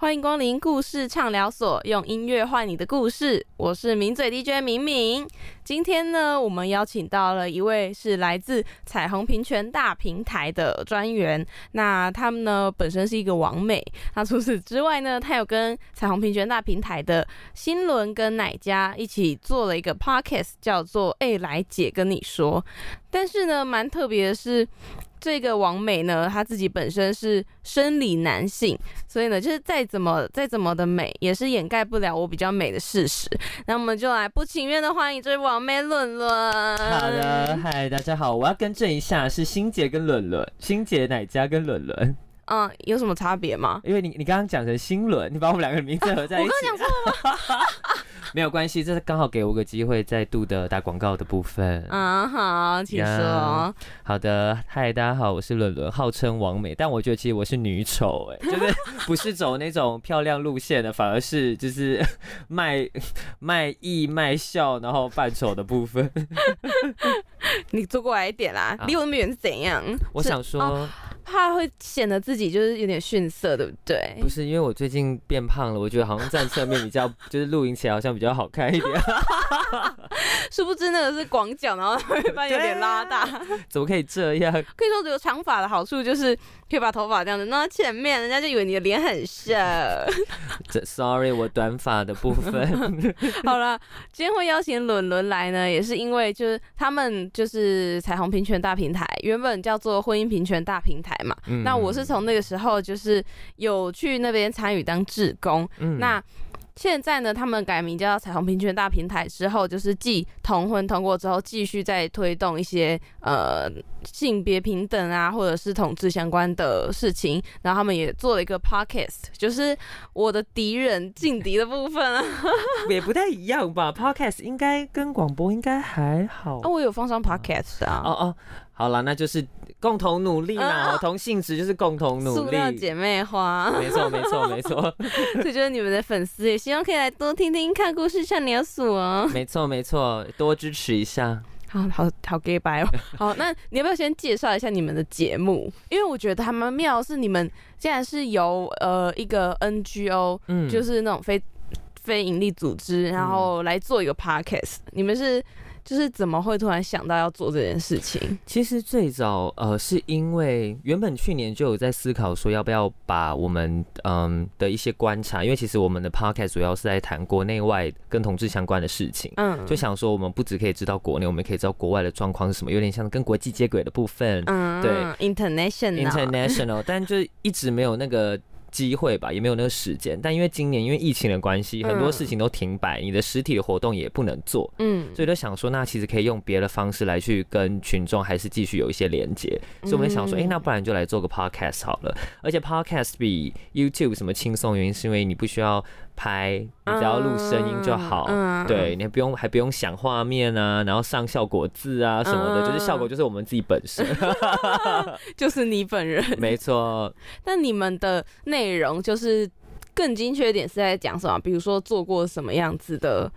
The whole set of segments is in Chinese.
欢迎光临故事畅聊所，用音乐换你的故事。我是名嘴 DJ 明明。今天呢，我们邀请到了一位是来自彩虹平权大平台的专员。那他们呢，本身是一个网美。那除此之外呢，他有跟彩虹平权大平台的新伦跟奶家一起做了一个 podcast， 叫做“来姐跟你说”。但是呢，蛮特别的是，这个网美呢，她自己本身是生理男性，所以呢，就是再怎么的美，也是掩盖不了我比较美的事实。那我们就来不情愿的欢迎这位网美伦伦。 好的，嗨，大家好，我要更正一下，是欣姐跟伦伦，欣姐奶家跟伦伦。 有什么差别吗？ 因为你刚刚讲成新伦，你把我们两个名字合在一起。 我刚刚讲错了吗？ 没有关系，这是刚好给我个机会再度的打广告的部分。 好，请说。 好的，嗨，大家好，我是伦伦，号称网美，但我觉得其实我是女丑，就是不是走那种漂亮路线的，反而是就是卖艺卖笑，然后扮丑的部分。 你坐过来一点啦，离我那么远是怎样？ 我想说。 怕会显得自己就是有点逊色，对不对？ 不是，因为我最近变胖了，我觉得好像站侧面比较，就是录影起来好像比较好看一点。 殊不知那个是广角，然后会把你有点拉大。 怎么可以这样？ 可以说，有长发的好处就是可以把头发这样子弄到前面，人家就以为你的脸很瘦。 Sorry， 我短发的部分。 好了，今天会邀请伦伦来呢，也是因为就是他们就是彩虹平权大平台，原本叫做婚姻平权大平台嘛。那我是从那个时候就是有去那边参与当志工。那现在呢，他们改名叫彩虹平权大平台之后，就是继同婚通过之后，继续再推动一些性别平等啊，或者是同志相关的事情。然后他们也做了一个 podcast， 就是我的敌人劲敌的部分啊， 也不太一样吧 ？podcast 应该跟广播应该还好。 我有放上 podcast 啊。 好了，那就是共同努力啦，同性质就是共同努力， 塑料姐妹花，没错。所以就是你们的粉丝也希望可以来多听听看故事畅聊所哦。 没错，多支持一下。 好 gay 白哦。好，那你要不要先介绍一下你们的节目？因为我觉得还蛮妙，是你们竟然是由一个 NGO，就是那种非营利组织，然后来做一个 podcast。你们是就是怎么会突然想到要做这件事情？ 其实最早是因为原本去年就有在思考说要不要把我们的一些观察，因为其实我们的 podcast 主要是在谈国内外跟同志相关的事情，就想说我们不只可以知道国内，我们也可以知道国外的状况是什么，有点像跟国际接轨的部分，对 international， 但就一直没有那个机会吧，也没有那个时间。但因为今年因为疫情的关系，很多事情都停摆，你的实体的活动也不能做，所以就想说，那其实可以用别的方式来去跟群众还是继续有一些连接。所以我们想说，那不然就来做个 podcast 好了。而且 podcast 比 YouTube 什么轻松，原因是因为你不需要拍，你只要录声音就好，对，你还不用想画面啊，然后上效果字啊什么的，就是效果就是我们自己本身， 就是你本人， 没错。 但你们的内容就是更精确一点是在讲什么？比如说做过什么样子的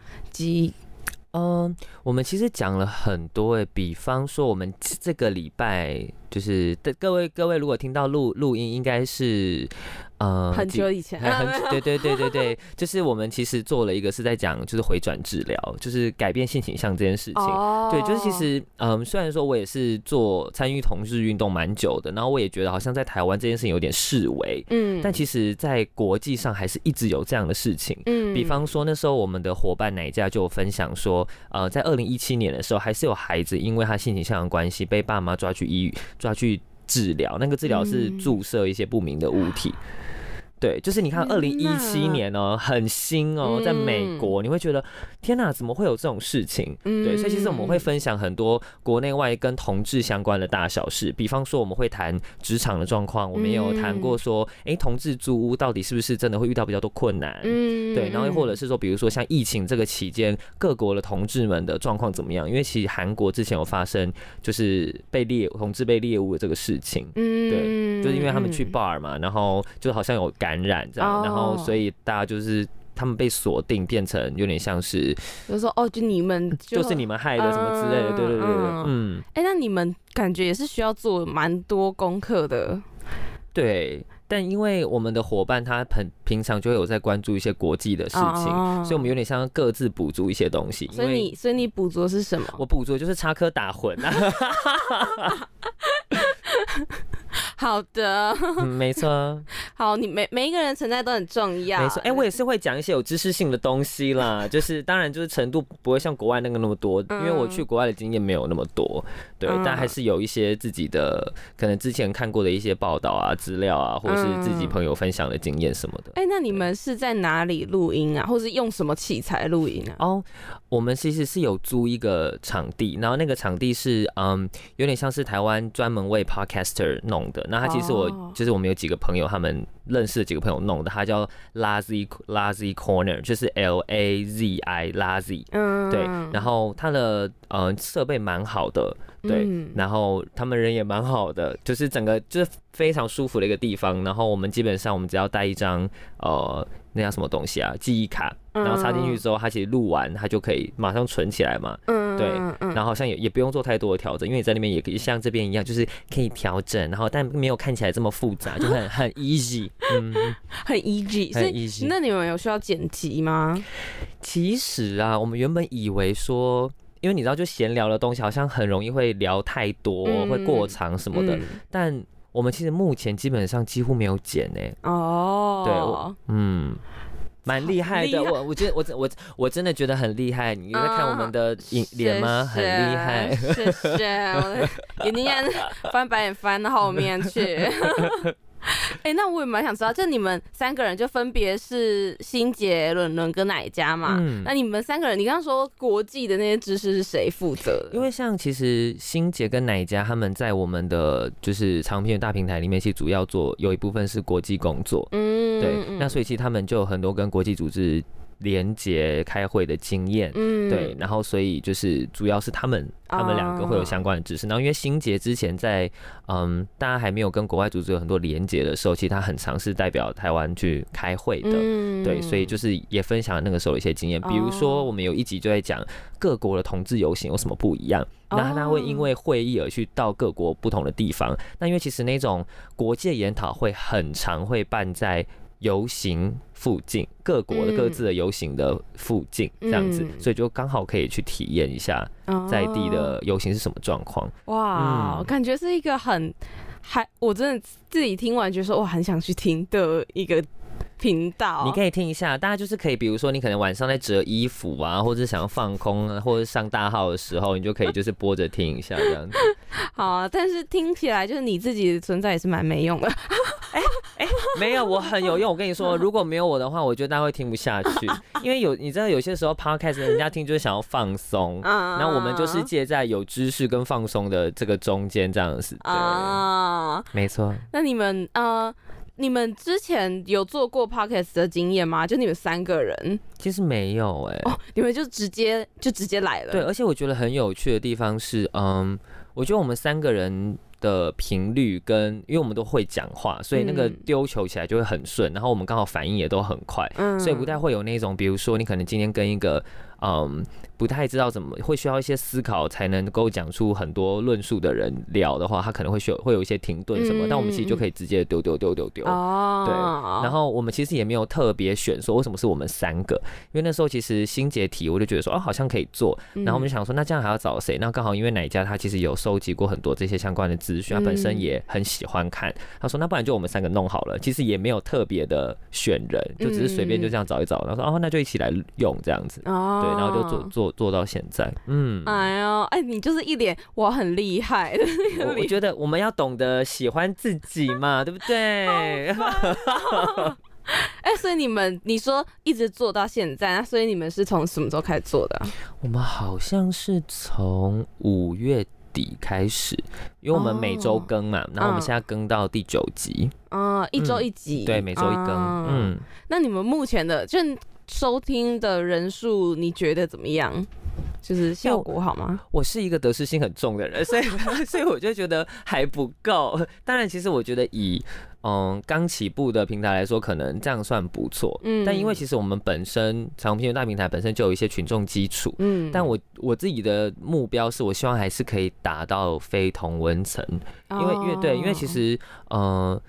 我们其实讲了很多比方说我们这个礼拜就是各位如果听到录音，应该是很久以前， 对，就是我们其实做了一个是在讲就是回转治疗，就是改变性倾向这件事情。对，就是其实虽然说我也是参与同志运动蛮久的，然后我也觉得好像在台湾这件事情有点式微，但其实在国际上还是一直有这样的事情。比方说那时候我们的伙伴奶家就有分享说，在2017年的时候，还是有孩子因为他性倾向的关系被爸妈抓去治疗，那个治疗是注射一些不明的物体。对，就是你看2017年哦，很新哦，在美国，你会觉得天哪，怎么会有这种事情？对，所以其实我们会分享很多国内外跟同志相关的大小事，比方说我们会谈职场的状况，我们也有谈过说，同志租屋到底是不是真的会遇到比较多困难？对，然后或者是说，比如说像疫情这个期间，各国的同志们的状况怎么样？因为其实韩国之前有发生就是同志被猎物的这个事情，对，就是因为他们去 bar 嘛，然后就好像有感染这样，然后所以大家就是他们被锁定，变成有点像是， 就是说就你们就是你们害的什么之类的，对， 那你们感觉也是需要做蛮多功课的， 对。 但因为我们的伙伴他平常就会有在关注一些国际的事情，所以我们有点像各自补足一些东西。 所以你补足是什么？ 我补足就是插科打诨啊。 好的， 没错。 好，你每一个人存在都很重要。 没错，我也是会讲一些有知识性的东西啦，就是当然就是程度不会像国外那个那么多，因为我去国外的经验没有那么多，对，但还是有一些自己的可能之前看过的一些报道啊、资料啊，或是自己朋友分享的经验什么的。 那你们是在哪里录音啊？或是用什么器材录音啊？ 我们其实是有租一个场地，然后那个场地是有点像是台湾专门为 podcaster 弄的。那他其实就是我们有几个朋友，他们认识的几个朋友弄的，他叫 Lazy Corner， 就是 LAZI Lazy， 对，然后他的设备蛮好的，对，然后他们人也蛮好的，就是整个就是非常舒服的一个地方。然后我们基本上我们只要带一张那叫什么东西啊，记忆卡，然后插进去之后，它其实录完它就可以马上存起来嘛，对，然后好像也不用做太多的调整，因为你在那边也可以像这边一样，就是可以调整，然后但没有看起来这么复杂，就很 easy， 很 easy， 很 easy。那你们有需要剪辑吗？ 其实啊，我们原本以为说，因为你知道，就闲聊的东西好像很容易会聊太多，会过长什么的，但我们其实目前基本上几乎没有剪对，蛮厉害的。我觉得我真的觉得很厉害。你在看我们的脸吗？很厉害。 谢谢，我眼睛翻白眼翻到后面去。那我也蛮想知道，就你们3个人就分别是欣洁、伦伦跟哪一家嘛？那你们3个人，你刚刚说国际的那些知识是谁负责的？ 因为像其实欣洁跟哪一家他们在我们的就是长篇大平台里面，其实主要做有一部分是国际工作，对，那所以其实他们就有很多跟国际组织连结开会的经验，对，然后所以就是主要是他们2个会有相关的知识。然后因为欣洁之前在大家还没有跟国外组织有很多连结的时候，其实他很常是代表台湾去开会的，对，所以就是也分享了那个时候的一些经验。比如说我们有一集就在讲各国的同志游行有什么不一样，那他会因为会议而去到各国不同的地方。那因为其实那种国际研讨会很常会办在游行附近，各国的各自的游行的附近这样子，所以就刚好可以去体验一下在地的游行是什么状况。 哇，感觉是一个我真的自己听完觉得说我很想去听的一个频道。 你可以听一下，大家就是可以，比如说你可能晚上在折衣服啊，或者想要放空啊，或者上大号的时候，你就可以就是播着听一下这样子。 好啊，但是听起来就是你自己的存在也是蛮没用的。 没有，我很有用。我跟你说，如果没有我的话，我觉得大家会听不下去，因为你知道有些时候 podcast 人家听就是想要放松，然后我们就是介在有知识跟放松的这个中间这样子。没错。 那你们之前有做过 podcast 的经验吗？就你们3个人？ 其实没有你们就直接来了。 对，而且我觉得很有趣的地方是，我觉得我们3个人的频率因为我们都会讲话，所以那个丢球起来就会很顺，然后我们刚好反应也都很快，所以不太会有那种，比如说你可能今天跟一个不太知道怎么会需要一些思考才能够讲出很多论述的人聊的话，他可能会有一些停顿什么，但我们其实就可以直接丢。对，然后我们其实也没有特别选说为什么是我们3个，因为那时候其实欣洁提我就觉得说好像可以做，然后我们就想说那这样还要找谁？那刚好因为哪一家他其实有收集过很多这些相关的资讯，他本身也很喜欢看，他说那不然就我们3个弄好了，其实也没有特别的选人，就只是随便就这样找一找，然后说那就一起来用这样子，对，然后就做到现在。 你就是一脸我很厉害的那个脸。 我觉得我们要懂得喜欢自己嘛，对不对？ 所以你说一直做到现在，那所以你们是从什么时候开始做的？ 我们好像是从5月底开始，因为我们每周更嘛，然后我们现在更到第9集， 一周1集， 对，每周1更。 那你们目前的就收听的人数，你觉得怎么样？就是效果好吗？ 我是一个得失心很重的人，所以我就觉得还不够。当然，其实我觉得以刚起步的平台来说，可能这样算不错。但因为其实我们本身长篇大平台本身就有一些群众基础，但我自己的目标是我希望还是可以达到非同温层，因为其实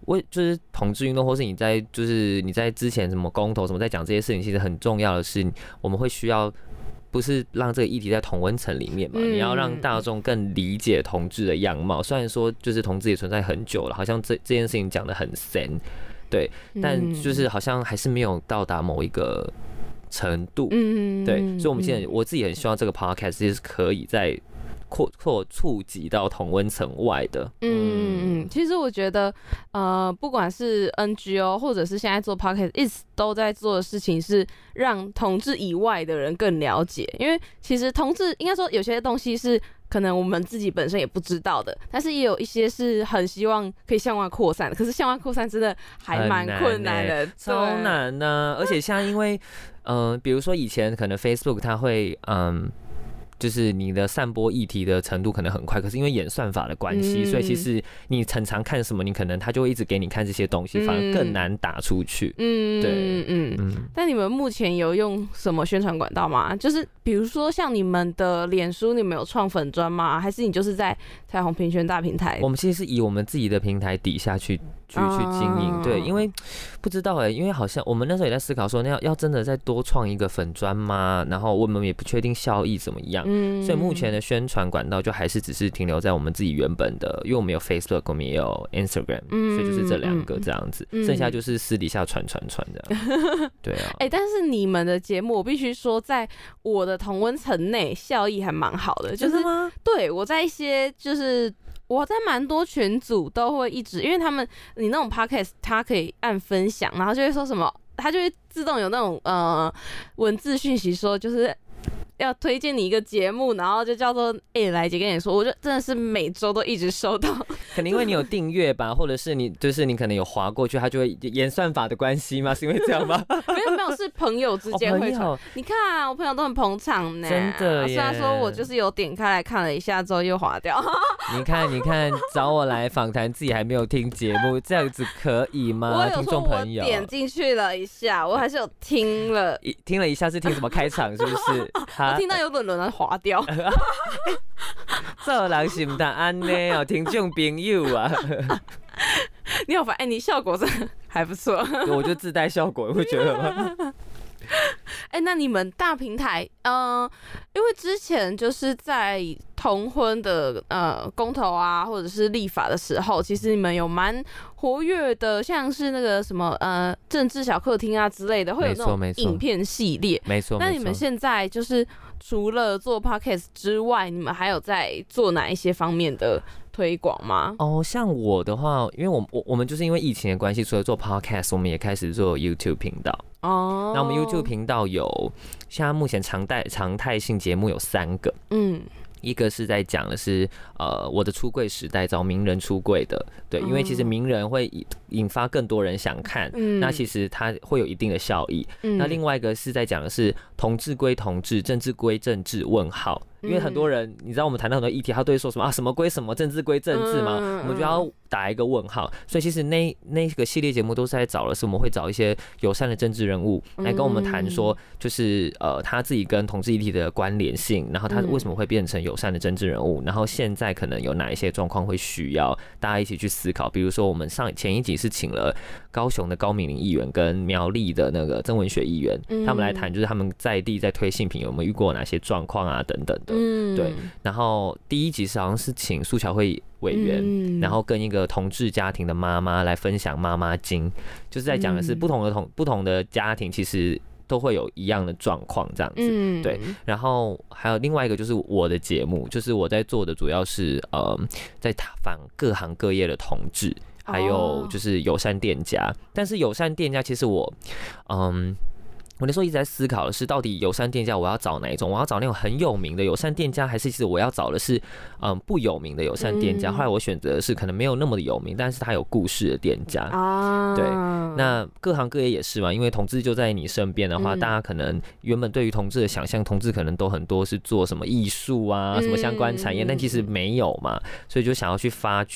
就是同志运动，或是你在之前什么公投什么在讲这些事情，其实很重要的是，我们会需要。不是让这个议题在同温层里面嘛？你要让大众更理解同志的样貌。虽然说就是同志也存在很久了，好像这件事情讲得很深，对，但就是好像还是没有到达某一个程度。对，所以我们现在我自己很希望这个 podcast 其实是可以在触及到同温层外的。 其实我觉得，不管是 NGO 或者是现在做 podcast， 一直都在做的事情是让同志以外的人更了解。因为其实同志应该说有些东西是可能我们自己本身也不知道的，但是也有一些是很希望可以向外扩散的。可是向外扩散真的还蛮困难的， 超难呢。而且像因为，比如说以前可能 Facebook 它会，就是你的散播议题的程度可能很快，可是因为演算法的关系，所以其实你很常看什么，你可能他就会一直给你看这些东西，反而更难打出去。对， 但你们目前有用什么宣传管道吗？就是比如说像你们的脸书，你们有创粉专吗？还是你就是在彩虹平权大平台？ 我们其实是以我们自己的平台底下去经营。对，因为不知道因为好像我们那时候也在思考说，要真的再多创一个粉专吗？然后我们也不确定效益怎么样。所以目前的宣传管道就还是只是停留在我们自己原本的，因为我们有 Facebook， 我们也有 Instagram，所以就是这2个这样子，剩下就是私底下传这样。对啊， 但是你们的节目，我必须说，在我的同温层内效益还蛮好的，就是真的吗？ 对，我在一些就是我在蛮多群组都会一直，因为你那种 podcast， 它可以按分享，然后就会说什么，它就会自动有那种文字讯息说就是。要推荐你一个节目，然后就叫做来姐跟你说，我就真的是每周都一直收到。 可能因为你有订阅吧，或者是你可能有滑过去，它就会演算法的关系吗？是因为这样吗？ 没有，是朋友之间会传。你看我朋友都很捧场呢， 真的耶。 虽然说我就是有点开来看了一下之后又滑掉。 你看，找我来访谈，自己还没有听节目，这样子可以吗？听众朋友， 我点进去了一下，我还是有听了一下，是听什么开场是不是？ 我听到有轮的滑掉。 做人是不能安呢哦，听众朋友啊。 你好烦，你效果真的还不错。 我就自带效果，你会觉得吗？ 那你们大平台，因为之前就是在同婚的公投啊，或者是立法的时候，其实你们有蛮活跃的，像是那个什么政治小客厅啊之类的，会有那种影片系列。 没错。 那你们现在就是除了做 podcast 之外，你们还有在做哪一些方面的推广吗？ 像我的话，因为我们就是因为疫情的关系，除了做 podcast， 我们也开始做 YouTube 频道。那我们 YouTube 频道有现在目前常态性节目有3个。一个是在讲的是我的出柜时代，找名人出柜的，对，因为其实名人会引发更多人想看，那其实它会有一定的效益。那另外一个是在讲的是同志归同志，政治归政治问号。因为很多人，你知道我们谈到很多议题，他都会说什么什么归什么，政治归政治嘛，我们就要打一个问号。所以其实那个系列节目都是在找的是，我们会找一些友善的政治人物来跟我们谈说，就是他自己跟同志议题的关联性，然后他为什么会变成友善的政治人物，然后现在可能有哪一些状况会需要大家一起去思考。比如说我们前一集是请了高雄的高敏玲议员跟苗栗的那个曾文学议员，他们来谈就是他们在地在推性平有没有遇过哪些状况啊等等的。对。然后第一集是好像是请苏巧慧委员，然后跟一个同志家庭的妈妈来分享妈妈经，就是在讲的是不同的家庭其实都会有一样的状况这样子。对。然后还有另外一个就是我的节目，就是我在做的主要是在访各行各业的同志，还有就是友善店家。但是友善店家其实我那时候一直在思考的是，到底友善店家我要找哪一种？我要找那种很有名的友善店家，还是其实我要找的是不有名的友善店家？后来我选择的是可能没有那么的有名，但是他有故事的店家。对，那各行各业也是嘛，因为同志就在你身边的话，大家可能原本对于同志的想象，同志可能都很多是做什么艺术啊，什么相关产业，但其实没有嘛，所以就想要去发掘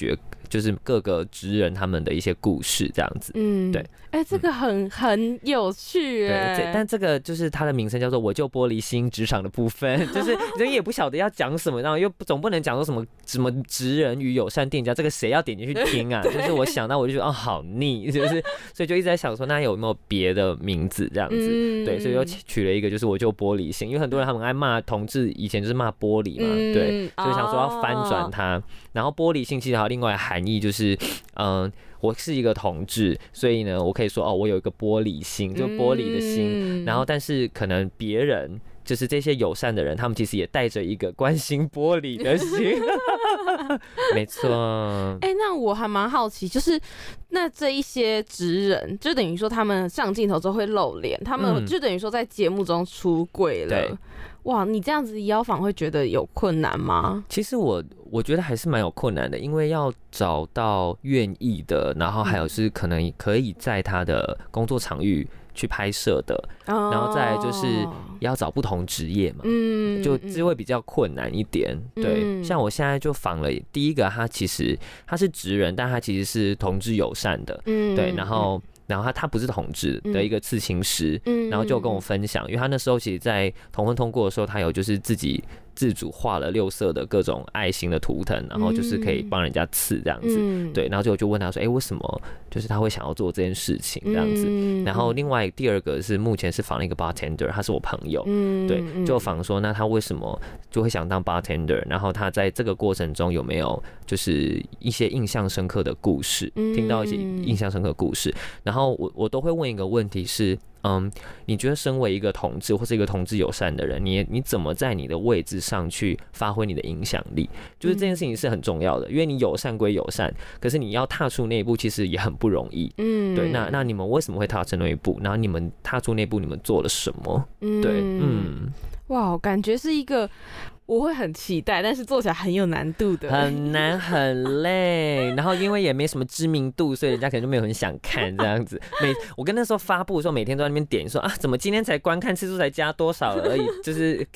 就是各个职人他们的一些故事这样子。对。 这个很有趣耶。 对，但这个就是它的名称叫做我就玻璃心职场的部分，就是人也不晓得要讲什么，然后又总不能讲说什么职人与友善店家，这个谁要点进去听啊？就是我想到我就觉得好腻，就是所以就一直在想说那有没有别的名字这样子。对，所以又取了一个就是我就玻璃心，因为很多人他们爱骂同志，以前就是骂玻璃嘛，对，所以想说要翻转它。然后玻璃心其实还有另外的含义，就是我是一个同志，所以呢，我可以说我有一个玻璃心，就玻璃的心。然后，但是可能别人就是这些友善的人，他们其实也带着一个关心玻璃的心。没错。 那我还蛮好奇，就是那这一些职人，就等于说他们上镜头之后会露脸，他们就等于说在节目中出柜了。 对。 哇，你这样子邀访会觉得有困难吗？ 其实我觉得还是蛮有困难的，因为要找到愿意的，然后还有是可能可以在他的工作场域去拍摄的，然后再来就是要找不同职业嘛，就会比较困难一点。对，像我现在就访了第一个，他是职人，但他其实是同志友善的，对，然后他不是同志的一个刺青师，然后就跟我分享，因为他那时候其实在同婚通过的时候，他有就是自己自主画了6色的各种爱心的图腾，然后就是可以帮人家刺这样子。对，然后就问他说为什么就是他会想要做这件事情这样子。然后另外第二个是目前是访了一个 bartender， 他是我朋友，对，就访说那他为什么就会想当 bartender， 然后他在这个过程中有没有就是一些印象深刻的故事，听到一些印象深刻的故事。然后我都会问一个问题是，你觉得身为一个同志或是一个同志友善的人，你怎么在你的位置上去发挥你的影响力？就是这件事情是很重要的，因为你友善归友善，可是你要踏出那一步其实也很不容易。对，那你们为什么会踏出那一步？然后你们踏出那一步，你们做了什么？对， 哇，感觉是一个我会很期待，但是做起来很有难度的， 很难很累，然后因为也没什么知名度，所以人家可能就没有很想看这样子。我跟那时候发布的时候，每天都在那边点说怎么今天才观看次数才加多少而已，就是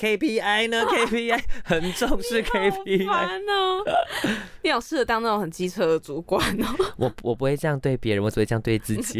KPI 呢？KPI 很重视 KPI， 你好烦哦！你好适合当那种很机车的主管哦。 我不会这样对别人，我只会这样对自己。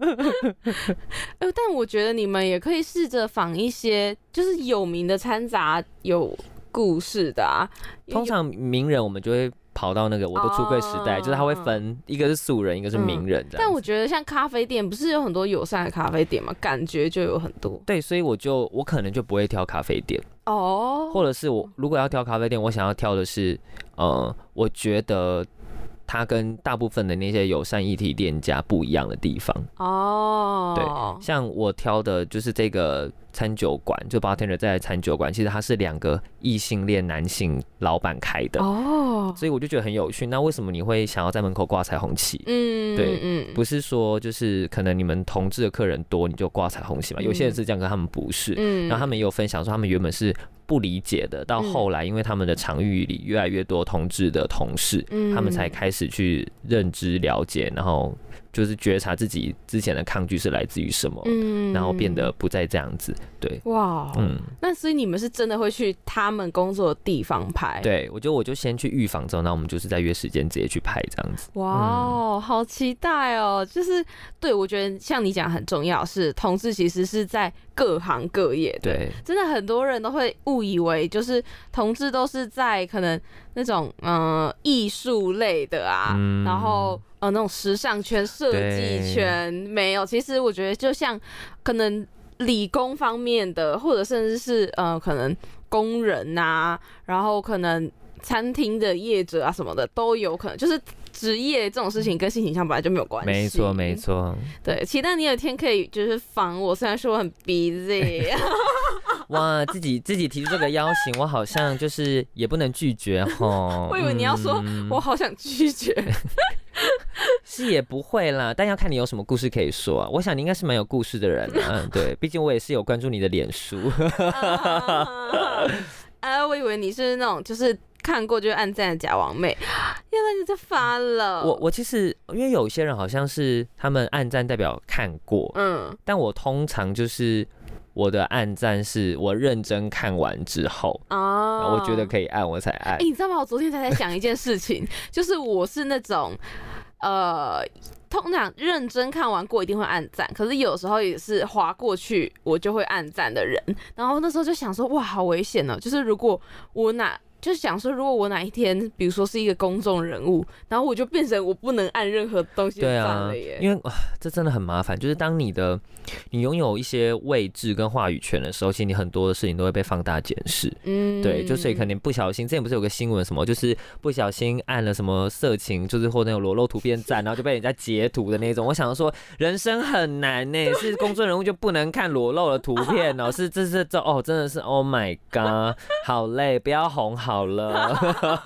但我觉得你们也可以试着访一些就是有名的掺杂有故事的啊。 通常名人我们就会跑到那个我的出柜时代，就是他会分一个是素人，一个是名人这样。 但我觉得像咖啡店，不是有很多友善的咖啡店吗？感觉就有很多。 对，所以我可能就不会挑咖啡店或者是我如果要挑咖啡店，我想要挑的是我觉得它跟大部分的那些友善议题店家不一样的地方。对，像我挑的就是这个餐酒馆，就 bartender 在餐酒馆，其实它是2个异性恋男性老板开的所以我就觉得很有趣。那为什么你会想要在门口挂彩虹旗？对，不是说就是可能你们同志的客人多你就挂彩虹旗嘛？有些人是这样，可他们不是。然后他们也有分享说，他们原本是不理解的，到后来因为他们的场域里越来越多同志的同事，他们才开始去认知了解，然后就是觉察自己之前的抗拒是来自于什么，然后变得不再这样子。对， 哇，那所以你们是真的会去他们工作的地方拍？ 对，我就先去预防之后，那我们就是在约时间直接去拍这样子。 哇，好期待哦！就是对，我觉得像你讲很重要，是同志其实是在各行各业的。 对， 真的很多人都会误以为就是同志都是在可能那种艺术类的啊，然后那种时尚圈、设计圈没有。其实我觉得就像可能理工方面的，或者甚至是可能工人啊，然后可能餐厅的业者啊什么的都有可能，就是职业这种事情跟性倾向本来就没有关系。 没错没错。 对，期待你有一天可以就是访我，虽然说我很 busy。 哇，自己提出这个邀请，我好像就是也不能拒绝齁。 我以为你要说我好想拒绝。 是也不会啦，但要看你有什么故事可以说啊。我想你应该是蛮有故事的人对，毕竟我也是有关注你的脸书。 我以为你是那种就是看过就按赞的假网妹，原来你在发了。 我其实因为有些人好像是他们按赞代表看过，但我通常就是我的按赞是我认真看完之后我觉得可以按我才按。 你知道吗？我昨天才在想一件事情，就是我是那种通常认真看完过一定会按赞，可是有时候也是滑过去我就会按赞的人。然后那时候就想说，哇，好危险哦！就是如果我就是想说，如果我哪一天，比如说是一个公众人物，然后我就变成我不能按任何东西的赞了耶。 因为这真的很麻烦，就是当你拥有一些位置跟话语权的时候，其实你很多的事情都会被放大检视。对，就所以可能不小心，之前不是有个新闻什么，就是不小心按了什么色情，就是或那种裸露图片赞，然后就被人家截图的那种。我想说，人生很难呢，是公众人物就不能看裸露的图片哦，这真的是 Oh my God， 好累，不要红好了。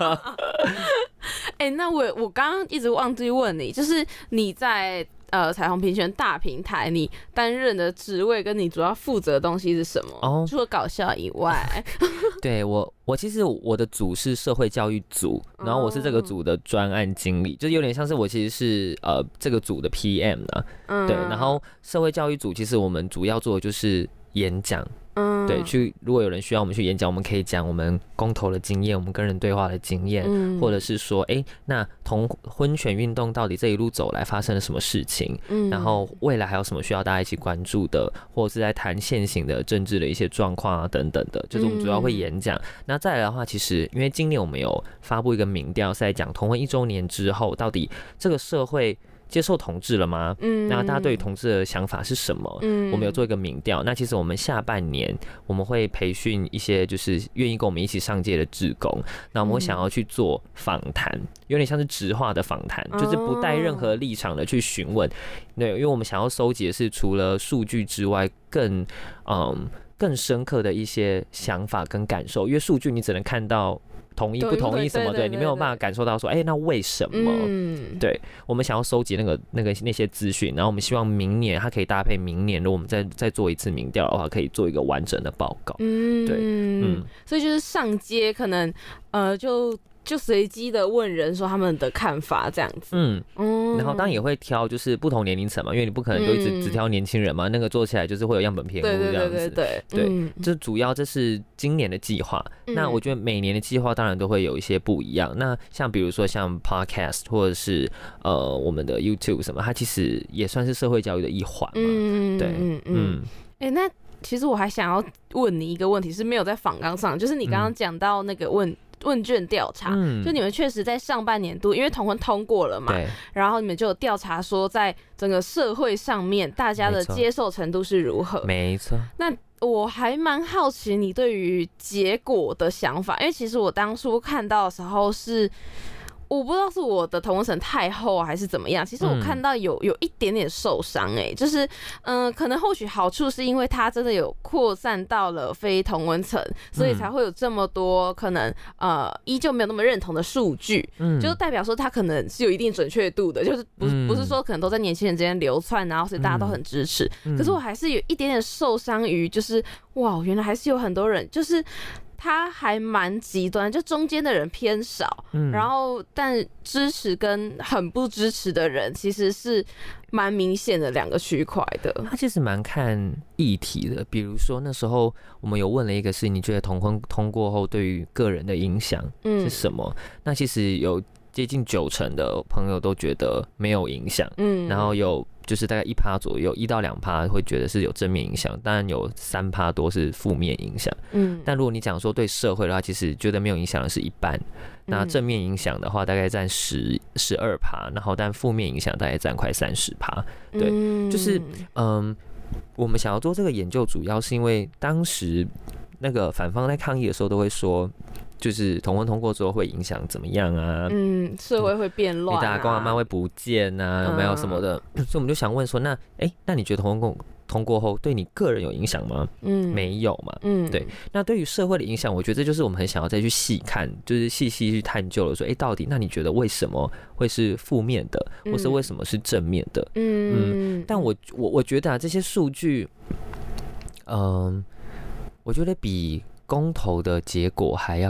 那我刚刚一直忘记问你，就是你在彩虹平权大平台，你担任的职位跟你主要负责的东西是什么？除了搞笑以外， 对我其实我的组是社会教育组，然后我是这个组的专案经理，就有点像是我其实是这个组的 PM 呢。对，然后社会教育组其实我们主要做的就是演讲。对，如果有人需要我们去演讲，我们可以讲我们公投的经验，我们跟人对话的经验，或者是说，那同婚权运动到底这一路走来发生了什么事情，然后未来还有什么需要大家一起关注的，或者是在谈现行的政治的一些状况啊等等的，就是我们主要会演讲。那再来的话，其实因为今年我们有发布一个民调，是在讲同婚1周年之后，到底这个社会接受同志了吗？那大家对于同志的想法是什么？我们有做一个民调。那其实我们下半年我们会培训一些就是愿意跟我们一起上街的志工，那我们会想要去做访谈，有点像是直话的访谈，就是不带任何立场的去询问。对，因为我们想要收集的是除了数据之外更深刻的一些想法跟感受，因为数据你只能看到同意不同意什么，对，你没有办法感受到说，那为什么？对，我们想要收集那些资讯，然后我们希望明年它可以搭配明年，如果我们再做一次民调的话，可以做一个完整的报告。对， 所以就是上街可能就随机的问人说他们的看法这样子。 然后当然也会挑就是不同年龄层嘛，因为你不可能就一直只挑年轻人嘛，那个做起来就是会有样本偏误这样子。对，这主要这是今年的计划。那我觉得每年的计划当然都会有一些不一样。那像比如说像 Podcast 或者是我们的 YouTube 什么，它其实也算是社会教育的一环嘛。对， 那其实我还想要问你一个问题，是没有在访纲上，就是你刚刚讲到那个问卷调查，就你们确实在上半年度，因为同婚通过了嘛，然后你们就有调查说，在整个社会上面，大家的接受程度是如何？ 没错。 那我还蛮好奇你对于结果的想法，因为其实我当初看到的时候是，我不知道是我的同温层太厚还是怎么样，其实我看到有一点点受伤就是可能或许好处是因为它真的有扩散到了非同温层，所以才会有这么多可能依旧没有那么认同的数据，就代表说它可能是有一定准确度的，就是不是说可能都在年轻人之间流窜，然后所以大家都很支持，可是我还是有一点点受伤于就是哇，原来还是有很多人就是他还蛮极端，就中间的人偏少，然后但支持跟很不支持的人其实是蛮明显的两个区块的。 他其实蛮看议题的，比如说那时候我们有问了一个是你觉得同婚通过后对于个人的影响是什么？那其实有接近90%的朋友都觉得没有影响，然后有就是大概1%左右，1到2%会觉得是有正面影响，当然有3%多是负面影响。但如果你讲说对社会的话，其实觉得没有影响的是一半，那正面影响的话大概占12%，然后但负面影响大概占快30%。对，就是我们想要做这个研究，主要是因为当时那个反方在抗议的时候都会说，就是同婚通过之后会影响怎么样啊？ 社会会变乱， 大家公阿妈会不见啊，有没有什么的？所以我们就想问说，那你觉得同婚通过后对你个人有影响吗？没有嘛。对。那对于社会的影响，我觉得这就是我们很想要再去细看，就是细细去探究了说，到底那你觉得为什么会是负面的，或是为什么是正面的？但我觉得这些数据，我觉得比公投的结果还要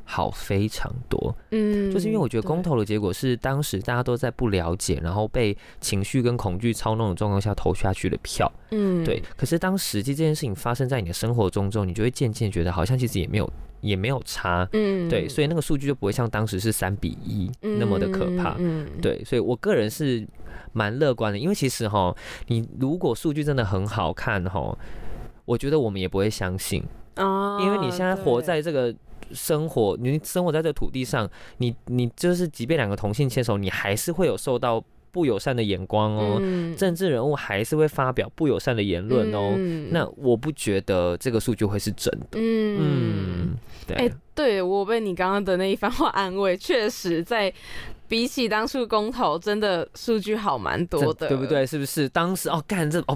好非常多。就是因为我觉得公投的结果是当时大家都在不了解，然后被情绪跟恐惧操弄的状况下投下去的票。对。可是当实际这件事情发生在你的生活中之后，你就会渐渐觉得好像其实也没有差。对。所以那个数据就不会像当时是3:1那么的可怕。对。所以我个人是蛮乐观的，因为其实你如果数据真的很好看我觉得我们也不会相信。因为你现在活在这个生活，你生活在这个土地上，你就是即便2个同性牵手，你还是会有受到不友善的眼光政治人物还是会发表不友善的言论那我不觉得这个数据会是真的。对。 对，我被你刚刚的那一番话安慰，确实在比起当初公投，真的数据好蛮多的， 对不对？是不是？当时干这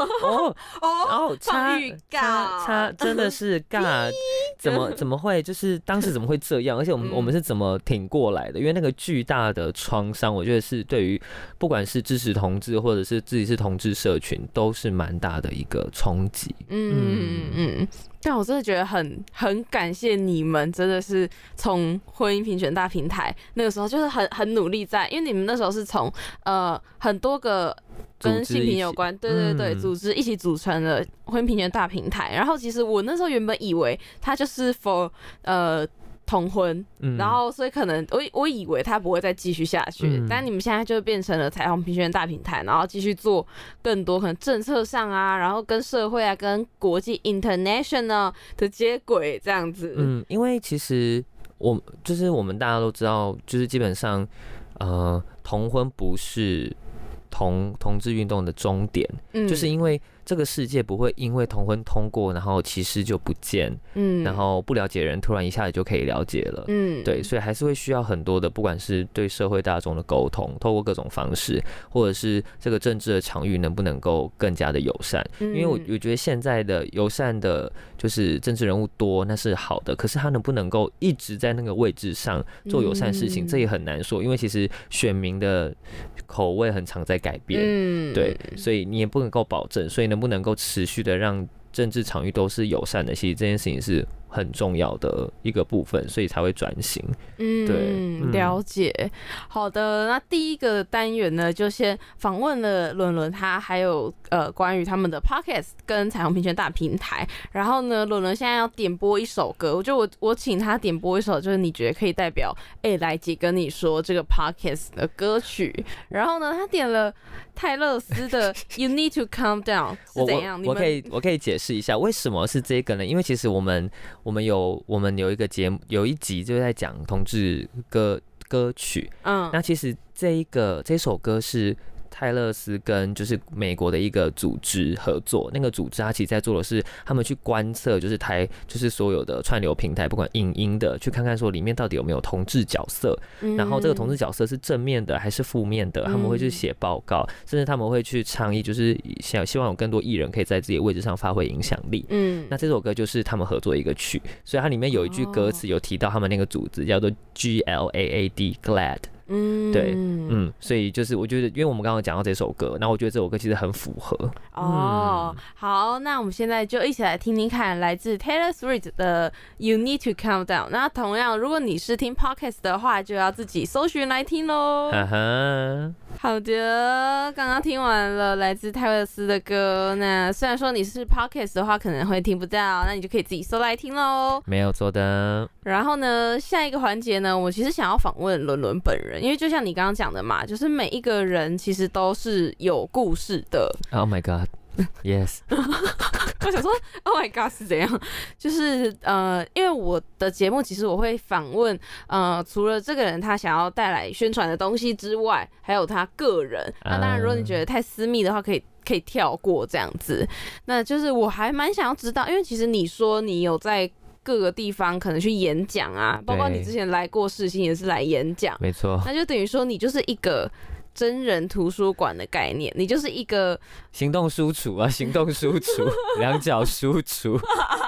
差预告差真的是尬，怎么会就是当时怎么会这样？而且我们是怎么挺过来的？因为那个巨大的创伤，我觉得是对于不管是支持同志或者是自己是同志社群，都是蛮大的一个冲击。 但我真的觉得很感谢你们，真的是从婚姻平权大平台那个时候就是很努力在，因为你们那时候是从很多个跟性平有关，对，组织一起组成了婚姻平权大平台。然后其实我那时候原本以为它就是 for 同婚，然后所以可能我以为他不会再继续下去，但你们现在就变成了彩虹平权大平台，然后继续做更多可能政策上啊，然后跟社会啊、跟国际 international 的接轨这样子。 因为其实我们大家都知道，就是基本上同婚不是同志运动的终点，就是因为这个世界不会因为同婚通过，然后歧视就不见，然后不了解人突然一下子就可以了解了，对，所以还是会需要很多的，不管是对社会大众的沟通，透过各种方式，或者是这个政治的场域能不能够更加的友善，因为我觉得现在的友善的，就是政治人物多，那是好的，可是他能不能够一直在那个位置上做友善事情，这也很难说，因为其实选民的口味很常在改变，对，所以你也不能够保证，所以能不能够持续的让政治场域都是友善的，其实这件事情是很重要的一个部分，所以才会转型。对， 了解。好的，那第一个单元呢，就先访问了伦伦，他还有关于他们的 podcast 跟彩虹平权大平台。然后呢，伦伦现在要点播一首歌，我请他点播一首，就是你觉得可以代表来姐跟你说这个 podcast 的歌曲。然后呢，他点了泰勒斯的 You Need to Calm Down 是怎样？ 我可以解释一下为什么是这个呢？因为其实我们有一个节目，有一集就是在讲同志歌曲，那其实这首歌是泰勒斯跟就是美国的一个组织合作，那个组织他其实在做的是他们去观测，就是所有的串流平台，不管影音的，去看看说里面到底有没有同志角色，然后这个同志角色是正面的还是负面的，他们会去写报告，甚至他们会去倡议，就是希望有更多艺人可以在自己的位置上发挥影响力。那这首歌就是他们合作一个曲，所以它里面有一句歌词有提到他们那个组织叫做 GLAAD GLAAD。对，所以就是我觉得，因为我们刚刚讲到这首歌，那我觉得这首歌其实很符合。 好，那我们现在就一起来听听看，来自 Taylor Swift 的 You Need to Calm Down。那同样，如果你是听 podcast 的话，就要自己搜寻来听咯。好的，刚刚听完了来自泰勒斯的歌，那虽然说你是 podcast 的话，可能会听不到，那你就可以自己搜来听咯。 没有错的。 然后呢，下一个环节呢，我其实想要访问伦伦本人，因为就像你刚刚讲的嘛，就是每一个人其实都是有故事的。 Oh my god, yes 我想说 Oh my god 是怎样？就是因为我的节目其实我会访问除了这个人他想要带来宣传的东西之外，还有他个人。那当然，如果你觉得太私密的话，可以跳过这样子。那就是我还蛮想要知道，因为其实你说你有在各个地方可能去演讲啊，包括你之前来过世新也是来演讲， 没错。 那就等于说你就是一个真人图书馆的概念，你就是一个行动输出啊，行动输出，两脚输出。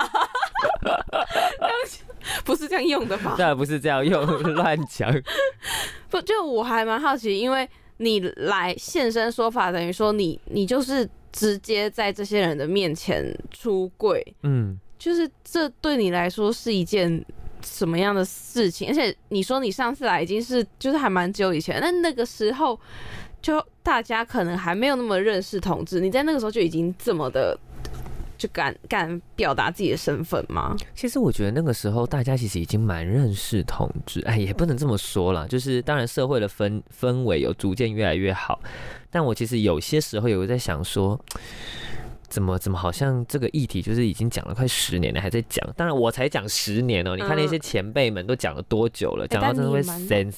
不是这样用的吧？ 当然不是这样用，乱讲。 不，就我还蛮好奇，因为你来现身说法，等于说你就是直接在这些人的面前出柜，就是这对你来说是一件什么样的事情？而且你说你上次来已经是就是还蛮久以前，那个时候就大家可能还没有那么认识同志，你在那个时候就已经这么的就敢表达自己的身份吗？ 其实我觉得那个时候大家其实已经蛮认识同志，也不能这么说啦，就是当然社会的氛围有逐渐越来越好，但我其实有些时候有在想说。怎么好像这个议题就是已经讲了快10年了，还在讲。当然我才讲10年哦，你看那些前辈们都讲了多久了，讲到真的会森。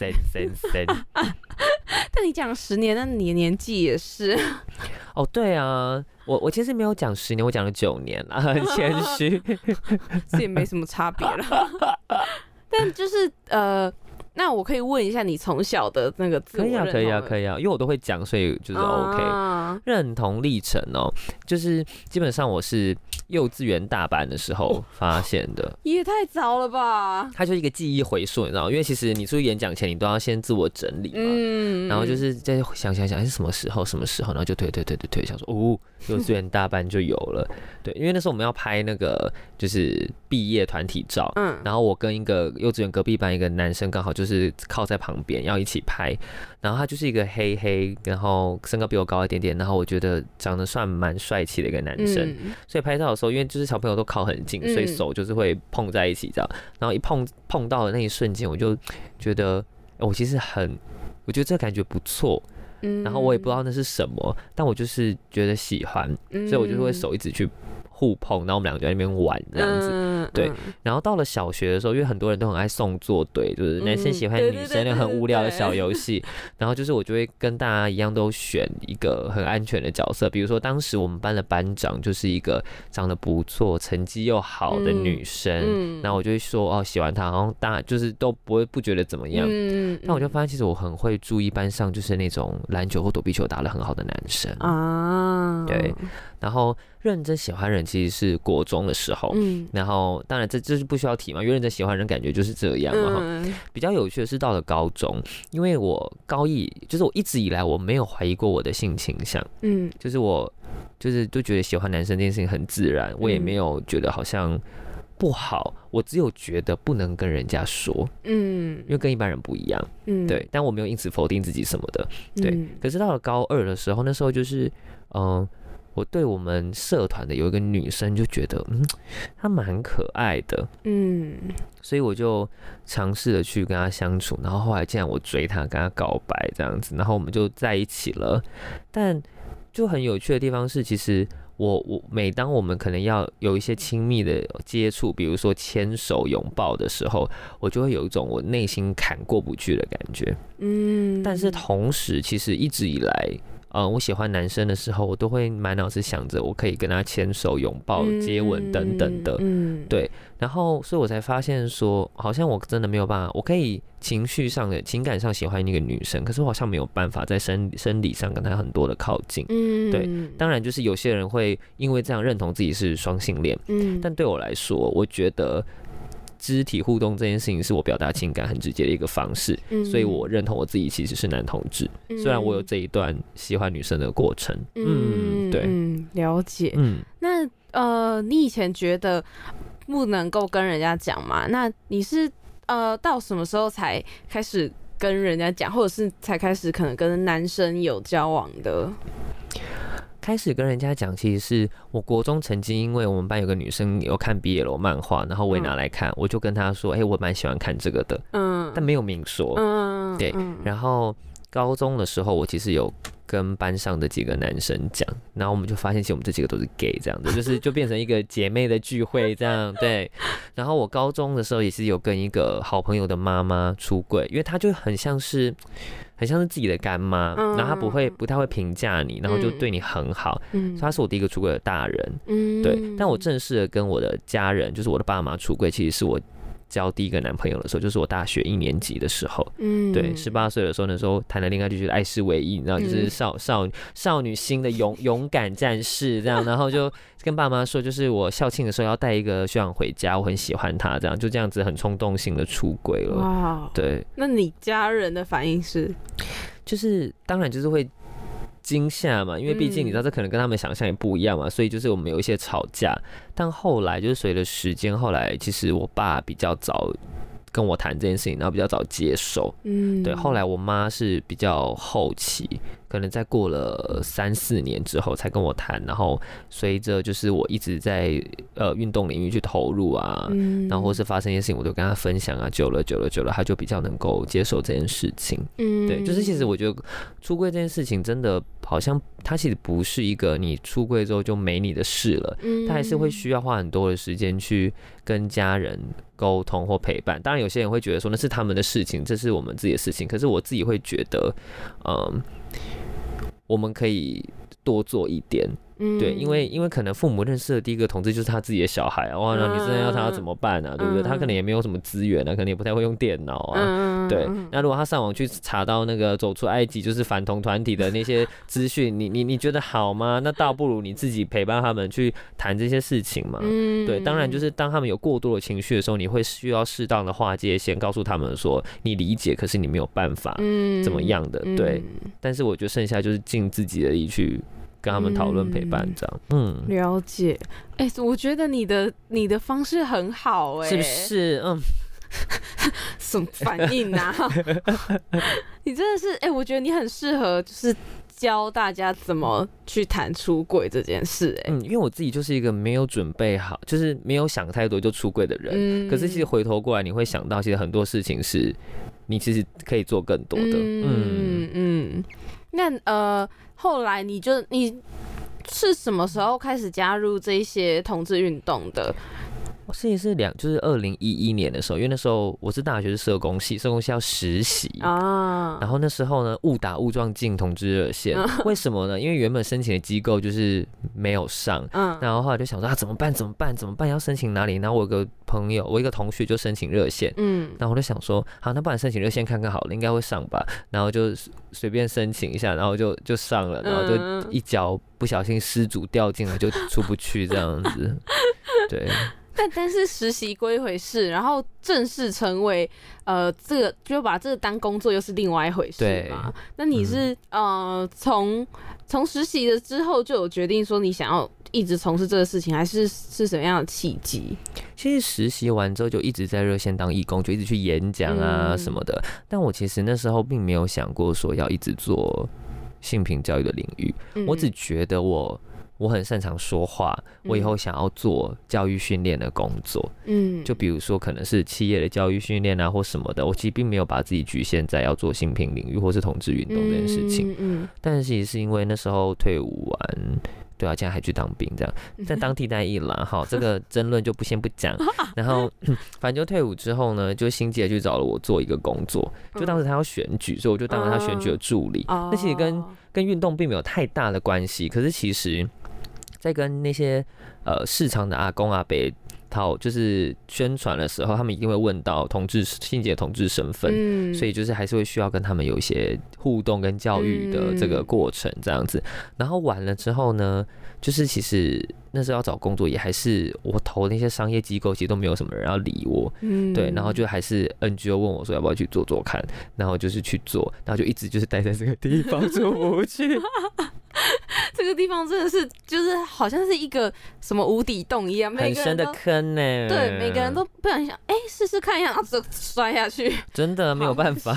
但你讲10年，那你的年纪也是。 哦，对啊，我其实没有讲10年，我讲了9年啦，很谦虚， 这也没什么差别了。但就是那我可以问一下你从小的那个自我认同？ 可以啊，因为我都会讲，所以就是 OK。认同历程哦，就是基本上我是幼稚园大班的时候发现的， 也太早了吧？ 它就是一个记忆回溯，你知道吗？因为其实你出去演讲前，你都要先自我整理嘛，然后就是在想是什么时候，然后就推，想说幼稚园大班就有了，对，因为那时候我们要拍那个就是毕业团体照，然后我跟一个幼稚园隔壁班一个男生刚好就是靠在旁边要一起拍，然后他就是一个黑，然后身高比我高一点点，然后我觉得长得算蛮帅气的一个男生，所以拍照的时候，因为就是小朋友都靠很近，所以手就是会碰在一起这样，然后一碰到的那一瞬间，我就觉得我其实我觉得这个感觉不错。然后我也不知道那是什么，但我就是觉得喜欢，所以我就会手一直去互碰，然后我们两个就在那边玩这样子，对。然后到了小学的时候，因为很多人都很爱送作对，就是男生喜欢女生的很无聊的小游戏，然后就是我就会跟大家一样都选一个很安全的角色，比如说当时我们班的班长就是一个长得不错、成绩又好的女生，然后我就会说喜欢她，然后大家就是都不觉得怎么样，但我就发现其实我很会注意班上就是那种篮球或躲避球打得很好的男生啊，对。然后认真喜欢人其实是国中的时候，然后当然这是不需要提嘛，因为认真喜欢人感觉就是这样嘛。比较有趣的是到了高中，因为我高一就是我一直以来我没有怀疑过我的性倾向，就是我就觉得喜欢男生这件事情很自然，我也没有觉得好像不好，我只有觉得不能跟人家说，因为跟一般人不一样，对，但我没有因此否定自己什么的，对。可是到了高2的时候，那时候就是我对我们社团的有一个女生就觉得，她蛮可爱的，所以我就尝试的去跟她相处，然后后来竟然我追她，跟她告白这样子，然后我们就在一起了。但就很有趣的地方是，其实我每当我们可能要有一些亲密的接触，比如说牵手、拥抱的时候，我就会有一种我内心坎过不去的感觉。但是同时，其实一直以来，我喜欢男生的时候，我都会满脑子想着我可以跟他牵手、拥抱、接吻等等的，对。然后，所以我才发现说，好像我真的没有办法，我可以情绪上的、情感上喜欢一个女生，可是我好像没有办法在生理上跟她很多的靠近。对。当然，就是有些人会因为这样认同自己是双性恋，但对我来说，我觉得肢体互动这件事情是我表达情感很直接的一个方式，所以我认同我自己其实是男同志，虽然我有这一段喜欢女生的过程。对， 了解。那你以前觉得不能够跟人家讲嘛？那你是到什么时候才开始跟人家讲，或者是才开始可能跟男生有交往的？ 开始跟人家讲，其实是我国中曾经因为我们班有个女生有看 BL 漫画，然后我也拿来看，我就跟她说，我蛮喜欢看这个的，但没有明说，对。然后高中的时候，我其实有跟班上的几个男生讲，然后我们就发现其实我们这几个都是 gay 这样子，就变成一个姐妹的聚会这样，对。然后我高中的时候也是有跟一个好朋友的妈妈出柜，因为她就很像是自己的干妈，然后她不太会评价你，然后就对你很好，所以她是我第一个出柜的大人，对。但我正式的跟我的家人，就是我的爸妈出柜，其实是我交第一个男朋友的时候，就是我大学1年级的时候，对，18岁的时候，那时候谈了恋爱就觉得爱是唯一，你知道，就是少女心的勇敢战士这样，然后就跟爸妈说，就是我校庆的时候要带一个学长回家，我很喜欢他，这样就这样子很冲动性的出轨了。哇，对。 那你家人的反应是？ 就是当然就是会惊吓嘛，因为毕竟你知道这可能跟他们想象也不一样嘛，所以就是我们有一些吵架。但后来就是随着时间，后来其实我爸比较早跟我谈这件事情，然后比较早接受。对。后来我妈是比较后期，可能在过了3-4年之后才跟我谈，然后随着就是我一直在运动领域去投入啊，然后或是发生一些事情，我都跟她分享啊，久了，她就比较能够接受这件事情。对，就是其实我觉得出柜这件事情真的好像它其实不是一个你出柜之后就没你的事了，它还是会需要花很多的时间去跟家人沟通或陪伴。当然有些人会觉得说那是他们的事情，这是我们自己的事情，可是我自己会觉得我们可以多做一点。对，因为可能父母认识的第一个同志就是他自己的小孩啊，哇，那你真的要他要怎么办啊？对不对？他可能也没有什么资源啊，可能也不太会用电脑啊。对，那如果他上网去查到那个走出埃及就是反同团体的那些资讯，你觉得好吗？那倒不如你自己陪伴他们去谈这些事情嘛。对，当然就是当他们有过多的情绪的时候，你会需要适当的划界线，告诉他们说你理解，可是你没有办法怎么样的。对，但是我觉得剩下就是尽自己的力去跟他们讨论陪伴这样。 了解。我觉得你的方式很好是不是？ 什么反应啊？你真的是我觉得你很适合就是教大家怎么去谈出柜这件事。 因为我自己就是一个没有准备好，就是没有想太多就出柜的人。可是其实回头过来你会想到，其实很多事情是你其实可以做更多的。 那后来你是什么时候开始加入这些同志运动的？ 我是就是2011年的时候，因为那时候我是大学是社工系要实习啊，然后那时候呢误打误撞进同志热线。为什么呢？因为原本申请的机构就是没有上，然后后来就想说怎么办？要申请哪里？然后我有一个同学就申请热线，然后我就想说好，那不然申请热线看看好了，应该会上吧。然后就随便申请一下，然后就上了，然后就一脚不小心失足掉进了，就出不去这样子。对。 但是实习归一回事，然后正式成为这个就把这个当工作又是另外一回事嘛。那你是从实习了之后就有决定说你想要一直从事这个事情，还是什么样的契机？ 其实实习完之后就一直在热线当义工，就一直去演讲啊什么的。但我其实那时候并没有想过说要一直做性平教育的领域，我只觉得我很擅长说话，我以后想要做教育训练的工作。就比如说可能是企业的教育训练啊或什么的，我其实并没有把自己局限在要做性平领域或是同志运动这件事情。但是其实是因为那时候退伍完，对啊，现在还去当兵这样，但当替代役啦，好，这个争论就先不讲。然后反正就退伍之后呢，就新界去找了我做一个工作，就当时他要选举，所以我就当了他选举的助理。那其实跟运动并没有太大的关系，可是其实在跟那些市场的阿公阿伯就是宣传的时候，他们一定会问到性别同志身份，所以就是还是会需要跟他们有一些互动跟教育的这个过程这样子。然后完了之后呢，就是其实那时候要找工作，也还是我投那些商业机构，其实都没有什么人要理我。对，然后就还是 NGO 问我说要不要去做做看，然后就是去做，然后就一直就是待在这个地方出不去。 这个地方真的是就是好像是一个什么无底洞一样， 很深的坑呢。 对，每个人都不想试试看一下，然后就摔下去， 真的没有办法。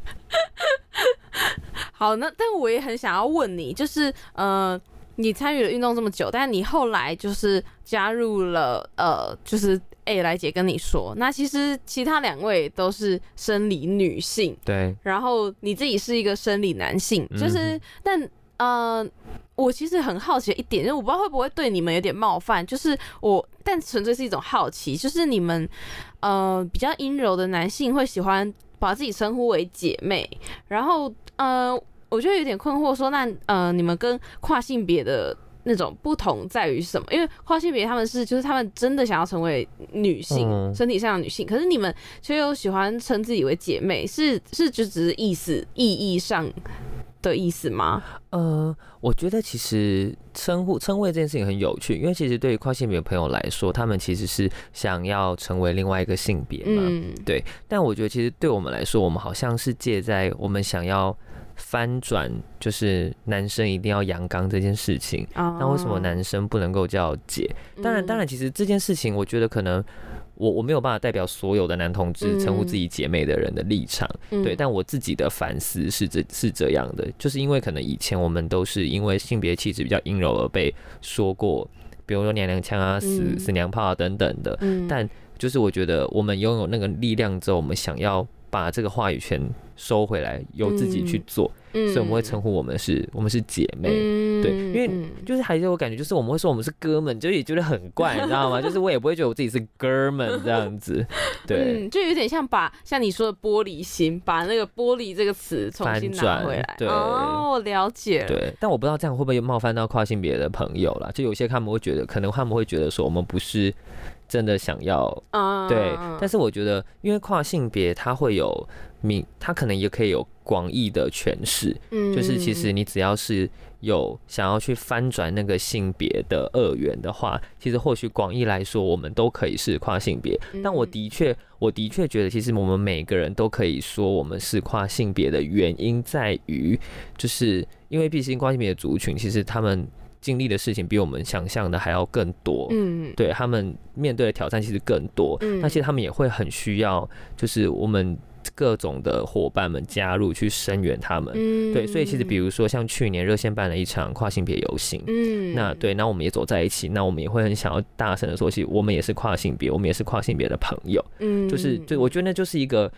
好，那但我也很想要问你，就是你参与了运动这么久，但你后来就是加入了就是来姐跟你说，那其实其他2位都是生理女性， 对， 然后你自己是一个生理男性，就是但我其实很好奇的一点，就是我不知道会不会对你们有点冒犯，就是但纯粹是一种好奇，就是你们比较阴柔的男性会喜欢把自己称呼为姐妹，然后我就有点困惑说，那你们跟跨性别的那种不同在于什么？因为跨性别他们就是他们真的想要成为女性，身体上的女性，可是你们却又喜欢称自己为姐妹，是就只是意义上的意思吗？ 我觉得其实称谓这件事情很有趣，因为其实对于跨性别的朋友来说，他们其实是想要成为另外一个性别嘛，对。但我觉得其实对我们来说，我们好像是介在我们想要翻转，就是男生一定要阳刚这件事情。那为什么男生不能够叫姐？当然，其实这件事情，我觉得可能我没有办法代表所有的男同志称呼自己姐妹的人的立场，对。但我自己的反思是这样的，就是因为可能以前我们都是因为性别气质比较阴柔而被说过，比如说娘娘腔啊、死娘炮啊等等的。但就是我觉得我们拥有那个力量之后，我们想要把这个话语权收回来，由自己去做，所以我们会称呼我们是姐妹，对，因为就是还是有感觉，就是我们会说我们是哥们，就也觉得很怪，你知道吗？就是我也不会觉得我自己是哥们这样子，对， 就有点像你说的玻璃心，把那个玻璃这个词重新拿回来， 对， 我了解了， 对，但我不知道这样会不会冒犯到跨性别的朋友啦，就有些他们会觉得，可能他们会觉得说我们不是真的想要，对，但是我觉得，因为跨性别它会有它可能也可以有广义的诠释，就是其实你只要是有想要去翻转那个性别的二元的话，其实或许广义来说，我们都可以是跨性别。但我的确觉得，其实我们每个人都可以说我们是跨性别的原因在于，就是因为毕竟跨性别的族群，其实他们经历的事情比我们想象的还要更多，对，他们面对的挑战其实更多，那其实他们也会很需要，就是我们各种的伙伴们加入去声援他们，对，所以其实比如说像去年热线办了一场跨性别游行，那对，那我们也走在一起，那我们也会很想要大声的说，其实我们也是跨性别，我们也是跨性别的朋友，就是对，我觉得那就是一个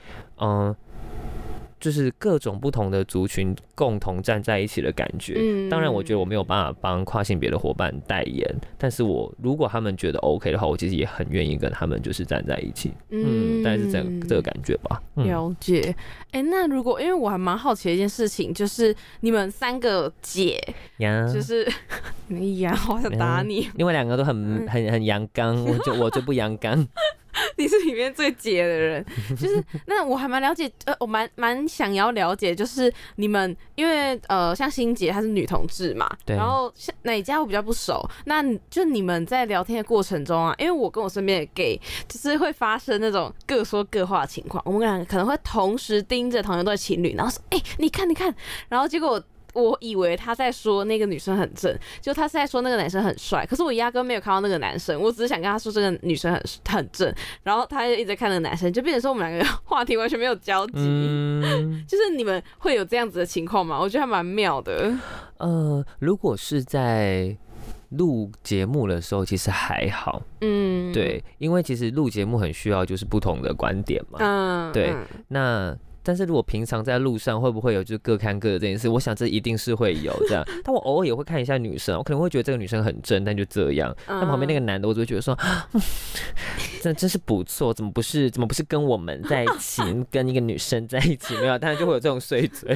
就是各种不同的族群共同站在一起的感觉。当然我觉得我没有办法帮跨性别的伙伴代言，但是如果他们觉得 OK 的话，我其实也很愿意跟他们就是站在一起。大概是这个感觉吧。 了解。那如果因为我还蛮好奇的一件事情，就是你们三个姐，就是你呀，好想打你。 另外两个都很阳刚，我就不阳刚。 你是里面最姐的人，就是那我还蛮了解，我蛮想要了解，就是你们因为像欣姐她是女同志嘛，然后哪家我比较不熟，那就你们在聊天的过程中啊，因为我跟我身边的 gay 就是会发生那种各说各话的情况，我们两个可能会同时盯着同一对情侣，然后说你看，然后结果我以为他在说那个女生很正，就他是在说那个男生很帅，可是我压根没有看到那个男生，我只是想跟他说这个女生很正，然后他就一直看那个男生，就变成说我们两个话题完全没有交集。就是你们会有这样子的情况吗？我觉得还蛮妙的。 如果是在录节目的时候，其实还好。对，因为其实录节目很需要就是不同的观点嘛。对，但是如果平常在路上会不会有就是各看各的这件事？我想这一定是会有这样。但我偶尔也会看一下女生，我可能会觉得这个女生很正，但就这样。但旁边那个男的，我就会觉得说，真是不错，怎么不是跟我们在一起，跟一个女生在一起？没有，当然就会有这种碎嘴。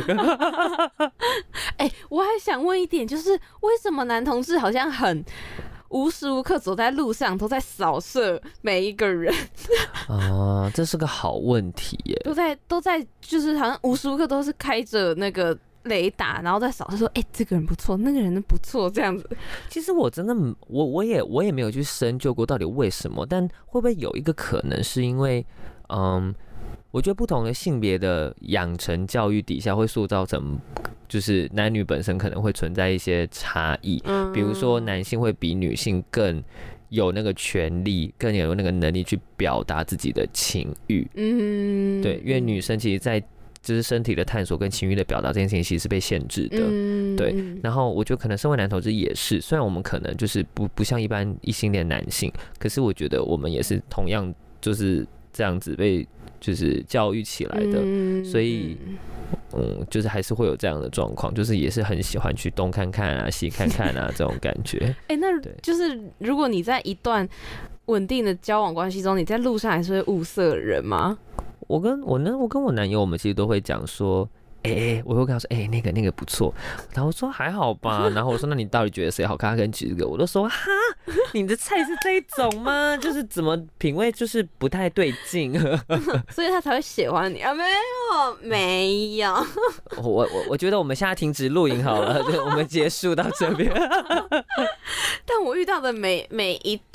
我还想问一点，就是为什么男同志好像很无时无刻走在路上都在扫射每一个人？ 这是个好问题耶。 都在，就是好像无时无刻都是开着那个雷达，然后在扫射说，这个人不错，那个人不错，这样子。 其实我真的，我也没有去深究过到底为什么，但会不会有一个可能是因为，我觉得不同的性别的养成教育底下会塑造成，就是男女本身可能会存在一些差异，比如说男性会比女性更有那个权利，更有那个能力去表达自己的情欲。对，因为女生其实在就是身体的探索跟情欲的表达这件事情其实是被限制的。对，然后我觉得可能身为男同志也是，虽然我们可能就是不像一般异性恋男性，可是我觉得我们也是同样就是这样子被就是教育起来的，所以就是还是会有这样的状况，就是也是很喜欢去东看看啊西看看啊这种感觉。 那就是如果你在一段稳定的交往关系中，你在路上还是会物色人吗？ 我跟我男友，我们其实都会讲说，我会跟他说，那个不错，然后说还好吧，然后我说那你到底觉得谁好看？他跟举这个，我都说哈，你的菜是这一种吗？就是怎么品味就是不太对劲， 所以他才会喜欢你啊？没有， 我觉得我们现在停止录影好了，就我们结束到这边。 但我遇到的每一对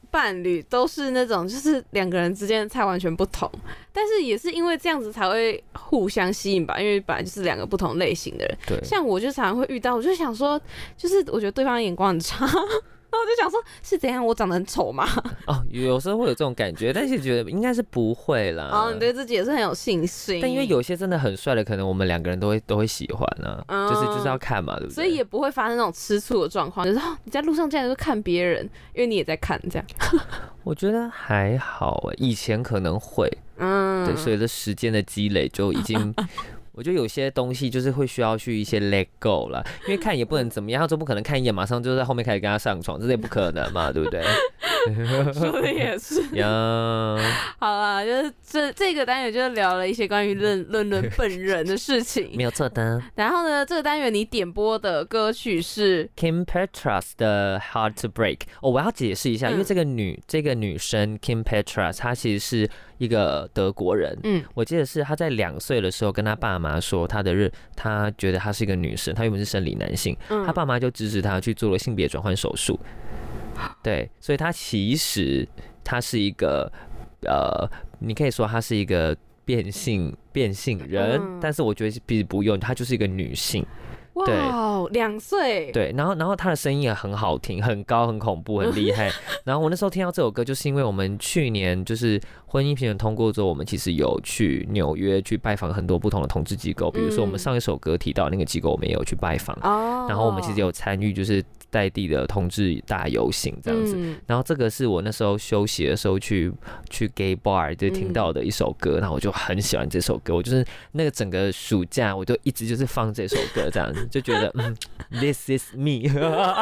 伴侣都是那种就是两个人之间的菜完全不同，但是也是因为这样子才会互相吸引吧，因为本来就是两个不同类型的人。 对， 像我就常常会遇到，我就想说，就是我觉得对方的眼光很差。然后我就想说，是怎样？我长得很丑吗？ 哦，有时候会有这种感觉，但是觉得应该是不会啦。 哦，你对自己也是很有信心。 但因为有些真的很帅的，可能我们两个人都会喜欢啊，就是要看嘛，对不对？ 所以也不会发生那种吃醋的状况，就是你在路上竟然就看别人，因为你也在看这样。 我觉得还好，以前可能会，对，随着时间的积累就已经。我觉得有些东西就是会需要去一些 let go 啦，因为看也不能怎么样，他总不可能看一眼马上就在后面开始跟他上床，这也不可能嘛，对不对？ 说的也是呀。好啦，就是这个单元就聊了一些关于论本人的事情， 没有错的。 然后呢，这个单元你点播的歌曲是 Kim Petras 的 Hard to Break。我要解释一下，因为这个女生 Kim Petras 她其实是一个德国人。我记得是她在2岁的时候跟她爸妈说她觉得她是一个女生，她原本是生理男性，她爸妈就支持她去做了性别转换手术。对，所以她其实她是一个你可以说她是一个变性人，但是我觉得其实不用，她就是一个女性。 哇，2岁。 对，然后他的声音也很好听，很高，很恐怖，很厉害。然后我那时候听到这首歌，就是因为我们去年就是婚姻平权通过之后，我们其实有去纽约去拜访很多不同的同志机构，比如说我们上一首歌提到那个机构，我们也有去拜访。然后我们其实有参与就是在地的同志大游行这样子。然后这个是我那时候休息的时候去 gay bar 就听到的一首歌，然后我就很喜欢这首歌，我就是那个整个暑假我就一直就是放这首歌这样子。就觉得This is me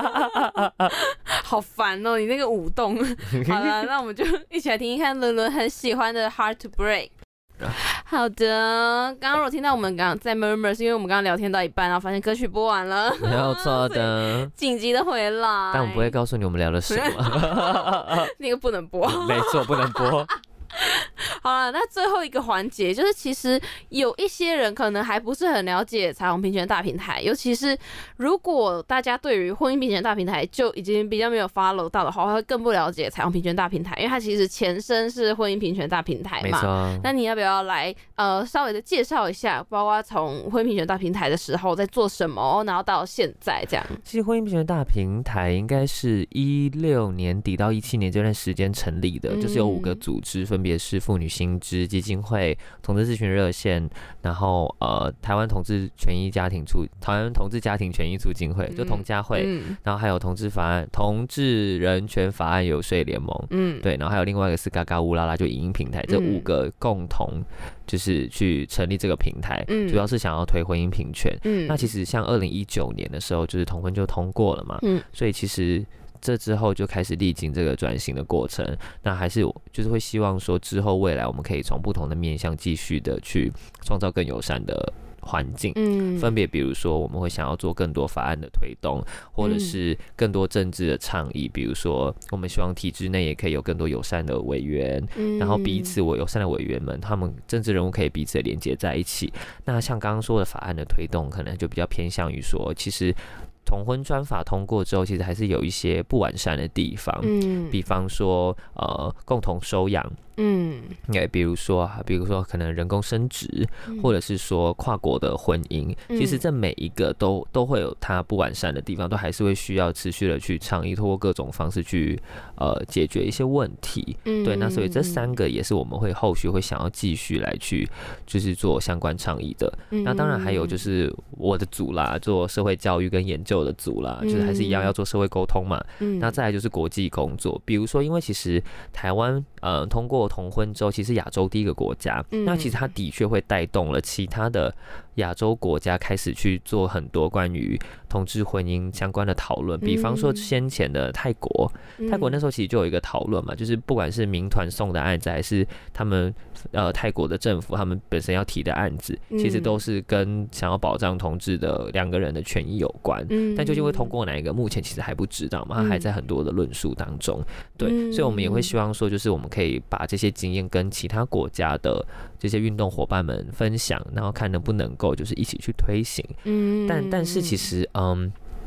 好烦哦，你那个舞动。好了，那我们就一起来听一看伦伦很喜欢的 Hard to Break。好的，刚刚我听到我们刚刚在 murmur， 是因为我们刚刚聊天到一半，然后发现歌曲播完了， 没有错的， 紧急的回来。 但我不会告诉你我们聊了什么， 那个不能播， 没错，不能播。 好了，那最后一个环节就是，其实有一些人可能还不是很了解彩虹平权大平台，尤其是如果大家对于婚姻平权大平台就已经比较没有 follow 到的话，会更不了解彩虹平权大平台，因为它其实前身是婚姻平权大平台嘛。 没错。 那你要不要来稍微的介绍一下，包括从婚姻平权大平台的时候在做什么，然后到现在这样？ 其实婚姻平权大平台应该是16年底到17年这段时间成立的，就是有5个组织，分别是妇女新知基金会、同志咨询热线，然后台湾同志权益家庭台湾同志家庭权益促进会，就同家会，然后还有同志人权法案游说联盟，对，然后还有另外一个是嘎嘎乌拉拉，就影音平台，这5个共同就是去成立这个平台，主要是想要推婚姻平权。那其实像2019年的时候，就是同婚就通过了嘛，所以其实这之后就开始历经这个转型的过程，那还是就是会希望说之后未来我们可以从不同的面向继续的去创造更友善的环境，分别比如说我们会想要做更多法案的推动，或者是更多政治的倡议，比如说我们希望体制内也可以有更多友善的委员，然后彼此友善的委员们，他们政治人物可以彼此的连接在一起。那像刚刚说的法案的推动，可能就比较偏向于说，其实同婚专法通过之后，其实还是有一些不完善的地方，比方说共同收养，比如说可能人工生殖，或者是说跨国的婚姻，其实这每一个都会有它不完善的地方，都还是会需要持续的去倡议，透过各种方式去解决一些问题。对，那所以这3个也是我们会后续会想要继续来去就是做相关倡议的。那当然还有就是我的组啦，做社会教育跟研究的组啦，就是还是一样要做社会沟通嘛。那再来就是国际工作，比如说因为其实台湾通过同婚之后，其实亚洲第一个国家，那其实它的确会带动了其他的亚洲国家开始去做很多关于同志婚姻相关的讨论，比方说先前的泰国那时候其实就有一个讨论嘛，就是不管是民团送的案子，还是他们泰国的政府他们本身要提的案子，其实都是跟想要保障同志的2个人的权益有关，但究竟会通过哪一个，目前其实还不知道嘛，它还在很多的论述当中。对，所以我们也会希望说，就是我们可以把这些经验跟其他国家的这些运动伙伴们分享，然后看能不能够就是一起去推行。但是其实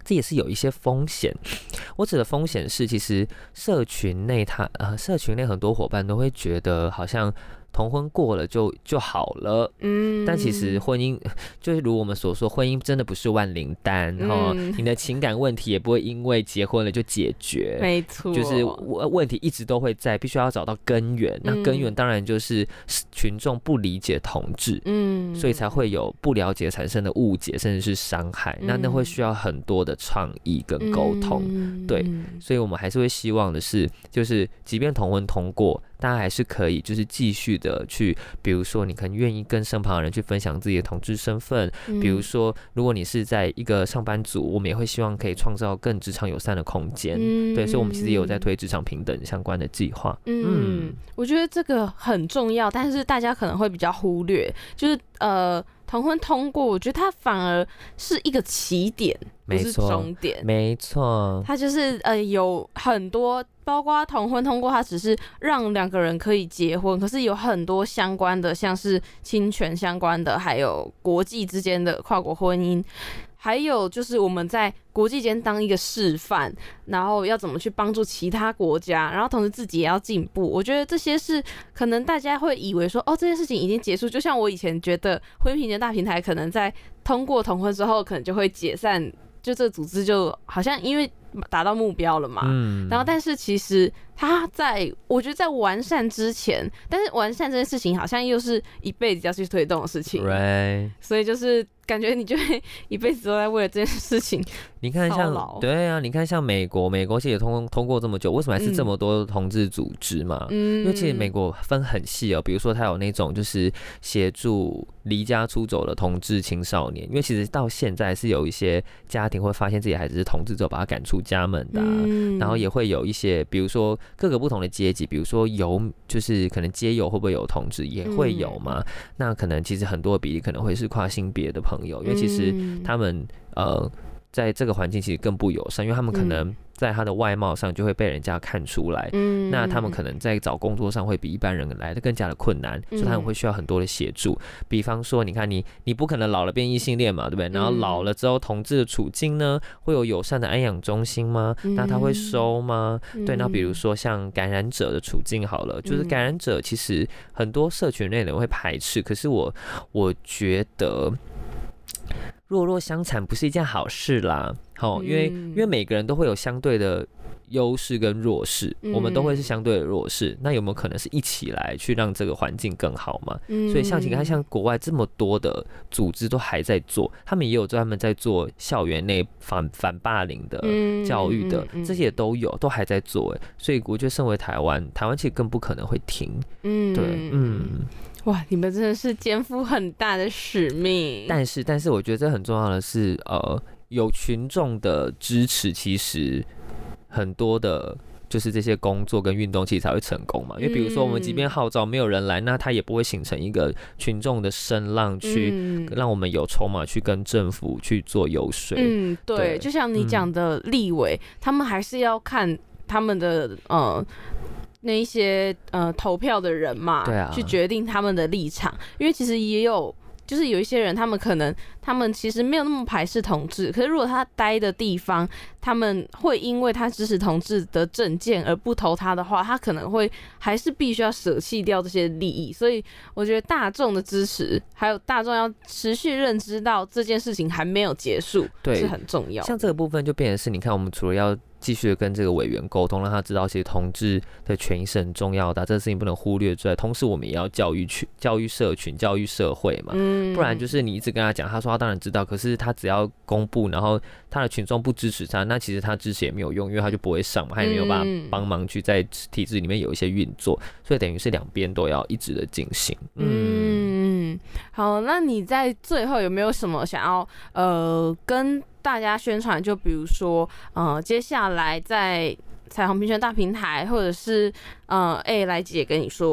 这也是有一些风险。我指的风险是，其实社群内社群内很多伙伴都会觉得好像同婚过了就好了，但其实婚姻就是如我们所说，婚姻真的不是万灵丹，你的情感问题也不会因为结婚了就解决， 没错， 就是问题一直都会在，必须要找到根源。那根源当然就是群众不理解同志，所以才会有不了解产生的误解，甚至是伤害。那会需要很多的倡议跟沟通，对，所以我们还是会希望的是，就是即便同婚通过，大家还是可以就是继续的去，比如说你可能愿意跟身旁的人去分享自己的同志身份，比如说如果你是在一个上班族，我们也会希望可以创造更职场友善的空间，对，所以我们其实也有在推职场平等相关的计划。 我觉得这个很重要，但是大家可能会比较忽略，就是同婚通过，我觉得它反而是一个起点，不是终点。 没错， 它就是有很多，包括同婚通过，它只是让2个人可以结婚，可是有很多相关的，像是侵权相关的，还有国际之间的跨国婚姻。还有就是我们在国际间当一个示范，然后要怎么去帮助其他国家，然后同时自己也要进步。我觉得这些是可能大家会以为说，这件事情已经结束。就像我以前觉得婚姻平权大平台可能在通过同婚之后，可能就会解散，就这个组织就好像因为达到目标了嘛。然后但是其实它我觉得在完善之前，但是完善这件事情好像又是一辈子要去推动的事情， right. 所以就是感觉你就会一辈子都在为了这件事情。 你看像对啊，你看像美国其实也通过这么久，为什么还是这么多同志组织嘛？因为其实美国分很细比如说它有那种就是协助离家出走的同志青少年，因为其实到现在是有一些家庭会发现自己孩子是同志之后把他赶出家门的然后也会有一些比如说各个不同的阶级，比如说就是可能街友会不会有同志也会有嘛，那可能其实很多的比例可能会是跨性别的朋友，因为其实他们在这个环境其实更不友善，因为他们可能在他的外貌上就会被人家看出来，那他们可能在找工作上会比一般人来的更加的困难，所以他们会需要很多的协助。比方说你看你不可能老了变异性恋嘛，对不对？然后老了之后同志的处境呢，会有友善的安养中心吗？那他会收吗？对，那比如说像感染者的处境好了，就是感染者其实很多社群内人会排斥，可是我觉得弱弱相残不是一件好事啦，因为每个人都会有相对的优势跟弱势，我们都会是相对的弱势，那有没有可能是一起来去让这个环境更好嘛？所以你看像国外这么多的组织都还在做，他们也有专门在做校园内反霸凌的教育的，这些也都有，都还在做所以我觉得身为台湾其实更不可能会停。对， 哇，你们真的是肩负很大的使命。 但是我觉得这很重要的是，有群众的支持，其实很多的就是这些工作跟运动其实才会成功嘛。因为比如说我们即便号召没有人来，那他也不会形成一个群众的声浪，去让我们有筹码去跟政府去做游说。 对，就像你讲的立委，他们还是要看他们的那一些投票的人嘛， 对啊， 去决定他们的立场，因为其实也有。就是有一些人，他们其实没有那么排斥同志，可是如果他待的地方，他们会因为他支持同志的政见而不投他的话，他可能会还是必须要舍弃掉这些利益。所以我觉得大众的支持，还有大众要持续认知到这件事情还没有结束，是很重要的。 像这个部分就变成是，你看我们除了要继续的跟这个委员沟通，让他知道其实同志的权益是很重要的，这个事情不能忽略之外，同时我们也要教育社群、教育社会嘛，不然就是你一直跟他讲，他说他当然知道，可是他只要公布，然后他的群众不支持他，那其实他支持也没有用，因为他就不会上嘛，他也没有办法帮忙去在体制里面有一些运作，所以等于是两边都要一直的进行。 好，那你在最后有没有什么想要跟大家宣传？就比如说接下来在彩虹平权大平台，或者是来姐跟你说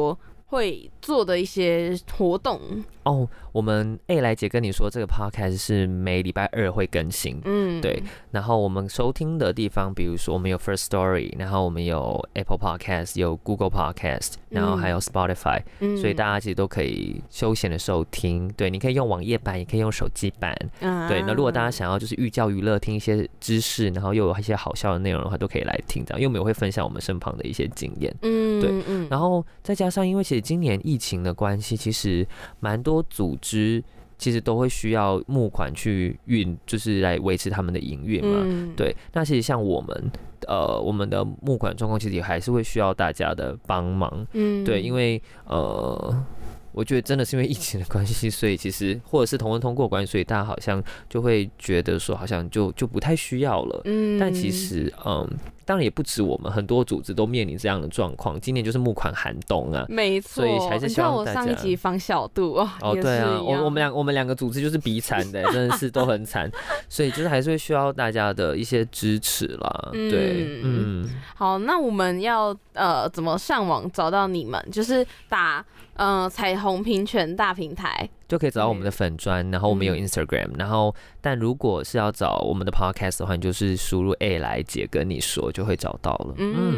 会做的一些活动。 哦，我们来姐跟你说，这个 podcast 是每礼拜2会更新，对。然后我们收听的地方，比如说我们有 First Story， 然后我们有 Apple Podcast， 有 Google Podcast， 然后还有 Spotify，所以大家其实都可以休闲的收听。对，你可以用网页版，也可以用手机版。对，那如果大家想要就是寓教于乐，听一些知识，然后又有一些好笑的内容的话，都可以来听这样，因为我们也会分享我们身旁的一些经验。对，然后再加上因为其实今年疫情的关系，其实蛮多组织其实都会需要募款去就是来维持他们的营运嘛。对，那其实像我们的募款状况，其实也还是会需要大家的帮忙。对，因为我觉得真的是因为疫情的关系，所以其实或者是同婚通过关系，所以大家好像就会觉得说好像就不太需要了。但其实当然也不止我们，很多组织都面临这样的状况。今年就是募款寒冬啊，没错，所以还是希望大家。你看我上一集防小度对啊，我们两个组织就是比惨的，真的是都很惨，所以就是还是会需要大家的一些支持啦。对， 好，那我们要怎么上网找到你们？就是打彩虹平权大平台。 就可以找到我们的粉专，然后我们有 Instagram， 然后但如果是要找我们的 podcast 的话，你就是输入来姐跟你说就会找到了。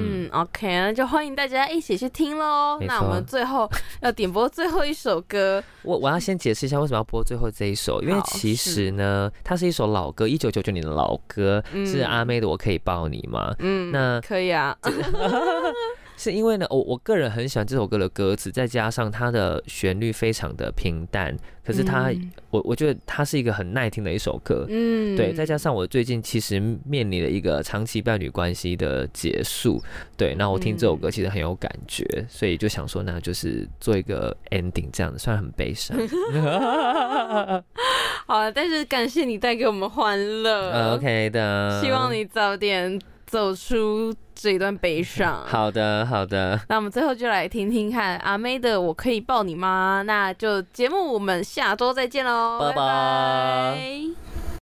OK， 那就欢迎大家一起去听咯。那我们最后要点播最后一首歌， 我要先解释一下为什么要播最后这一首，因为其实呢，它是一首老歌，1999年的老歌，是阿妹的《我可以抱你吗》。那可以啊。 是因为呢，我个人很喜欢这首歌的歌词，再加上它的旋律非常的平淡，可是我觉得它是一个很耐听的一首歌。对，再加上我最近其实面临了一个长期伴侣关系的结束，对，那我听这首歌其实很有感觉，所以就想说，那就是做一个 ending 这样的，虽然很悲伤。 好了，但是感谢你带给我们欢乐。 OK 的， 希望你早点走出这一段悲伤。 好的，好的。 那我们最后就来听听看阿妹的《我可以抱你吗》。那就节目我们下周再见喽，拜拜。